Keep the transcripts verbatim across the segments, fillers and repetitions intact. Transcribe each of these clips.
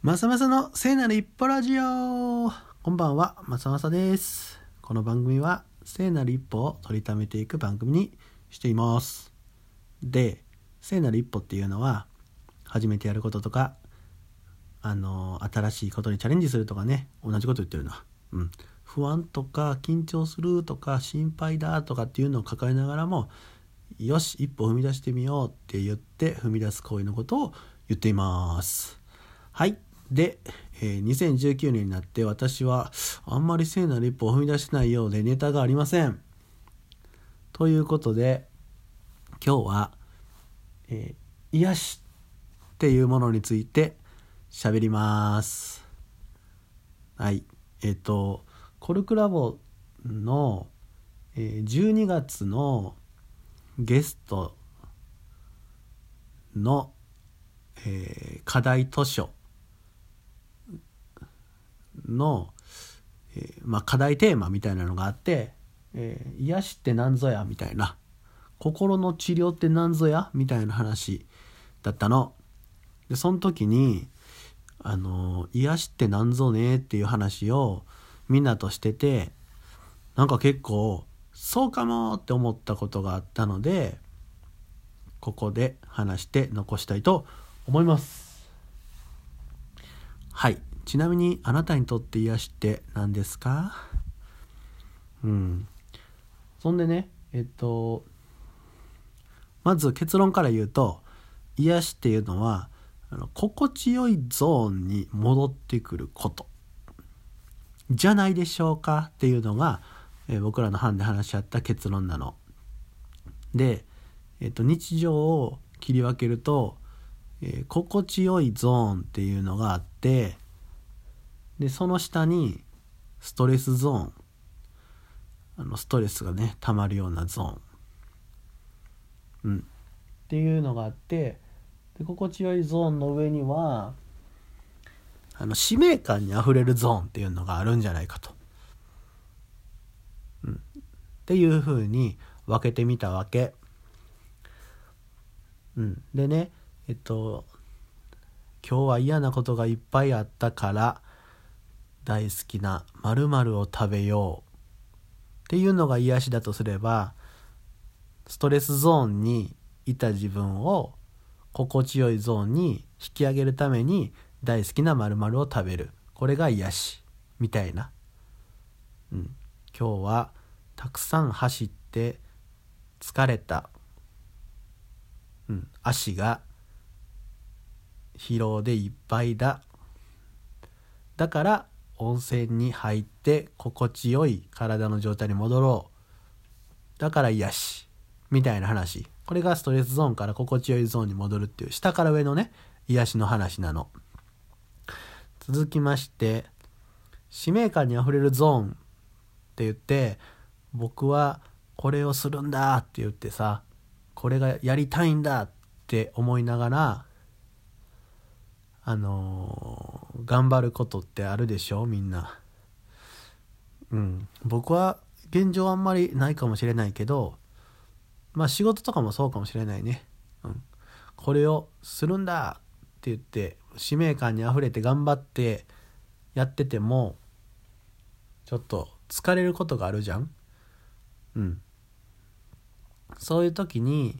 まさまさの聖なる一歩ラジオ。こんばんは、まさまさです。この番組は聖なる一歩を取りためていく番組にしています。で、聖なる一歩っていうのは初めてやることとか、あの新しいことにチャレンジするとかね、同じこと言ってるな。うん。不安とか緊張するとか心配だとかっていうのを抱えながらも、よし一歩踏み出してみようって言って踏み出す行為のことを言っています。はい。で、えー、にせんじゅうきゅうねんになって私はあんまり聖なる一歩を踏み出してないようでネタがありません。ということで今日は、えー、癒しっていうものについて喋ります。はい。えっとコルクラボの、えー、じゅうにがつのゲストの、えー、課題図書の、えーまあ、課題テーマみたいなのがあって、えー、癒しって何ぞやみたいな、心の治療って何ぞやみたいな話だったので、その時にあの癒しって何ぞねっていう話をみんなとしてて、なんか結構そうかもって思ったことがあったので、ここで話して残したいと思います。はい。ちなみにあなたにとって癒しって何ですか？うん。そんでね、えっとまず結論から言うと、癒しっていうのはあの心地よいゾーンに戻ってくることじゃないでしょうかっていうのが、えー、僕らの班で話し合った結論なので、えっと日常を切り分けると、えー、心地よいゾーンっていうのがあって、でその下にストレスゾーン、あのストレスがね溜まるようなゾーン、うん、っていうのがあって、で心地よいゾーンの上にはあの使命感にあふれるゾーンっていうのがあるんじゃないかと、うん、っていう風に分けてみたわけ、うん、でね、えっと今日は嫌なことがいっぱいあったから大好きな〇〇を食べようっていうのが癒しだとすれば、ストレスゾーンにいた自分を心地よいゾーンに引き上げるために大好きな〇〇を食べる、これが癒しみたいな、うん、今日はたくさん走って疲れた、うん、足が疲労でいっぱいだ、だから温泉に入って心地よい体の状態に戻ろう、だから癒しみたいな話、これがストレスゾーンから心地よいゾーンに戻るっていう下から上のね癒しの話なの。続きまして、使命感にあふれるゾーンって言って、僕はこれをするんだって言ってさ、これがやりたいんだって思いながらあのー、頑張ることってあるでしょみんな。うん、僕は現状あんまりないかもしれないけど、まあ仕事とかもそうかもしれないね、うん、これをするんだって言って使命感にあふれて頑張ってやっててもちょっと疲れることがあるじゃん。うん。そういう時に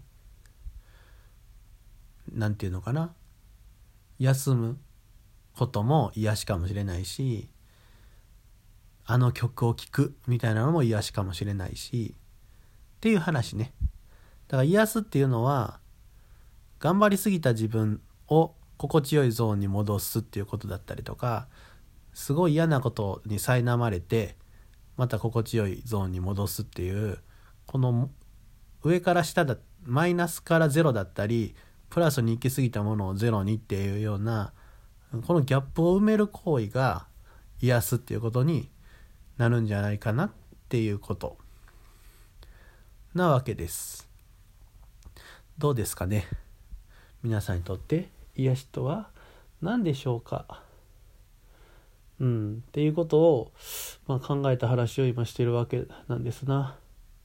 なんていうのかな、休むことも癒しかもしれないし、あの曲を聴くみたいなのも癒しかもしれないしっていう話ね。だから癒すっていうのは頑張りすぎた自分を心地よいゾーンに戻すっていうことだったりとか、すごい嫌なことに苛まれてまた心地よいゾーンに戻すっていう、この上から下だ、マイナスからゼロだったりプラスに行き過ぎたものをゼロにっていうような、このギャップを埋める行為が癒すっていうことになるんじゃないかなっていうことなわけです。どうですかね、皆さんにとって癒しとは何でしょうか。うん、っていうことを、まあ、考えた話を今しているわけなんですな。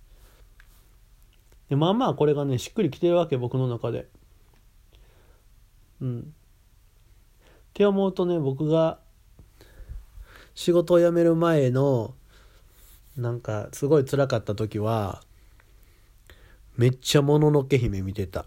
でまあまあこれがねしっくりきてるわけ、僕の中で。うん。っって思うとね、僕が仕事を辞める前のなんかすごい辛かった時はめっちゃもののけ姫見てた。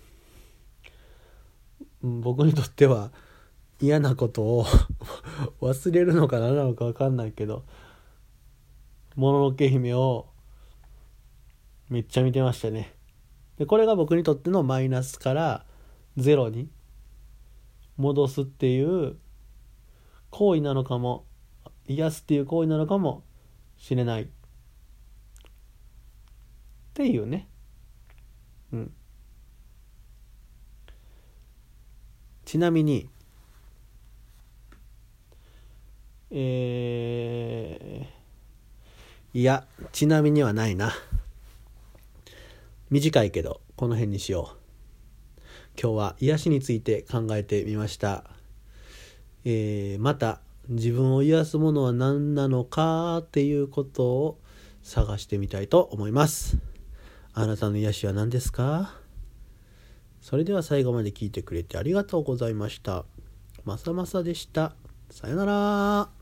僕にとっては嫌なことを忘れるのか何なのか分かんないけど、もののけ姫をめっちゃ見てましたね。でこれが僕にとってのマイナスからゼロに戻すっていう行為なのかも、癒すっていう行為なのかもしれないっていうね。うんちなみにえー、いやちなみにはないな。短いけどこの辺にしよう。今日は癒しについて考えてみました。えー、また自分を癒すものは何なのかっていうことを探してみたいと思います。あなたの癒しは何ですか？それでは最後まで聞いてくれてありがとうございました。まさまさでした。さよなら。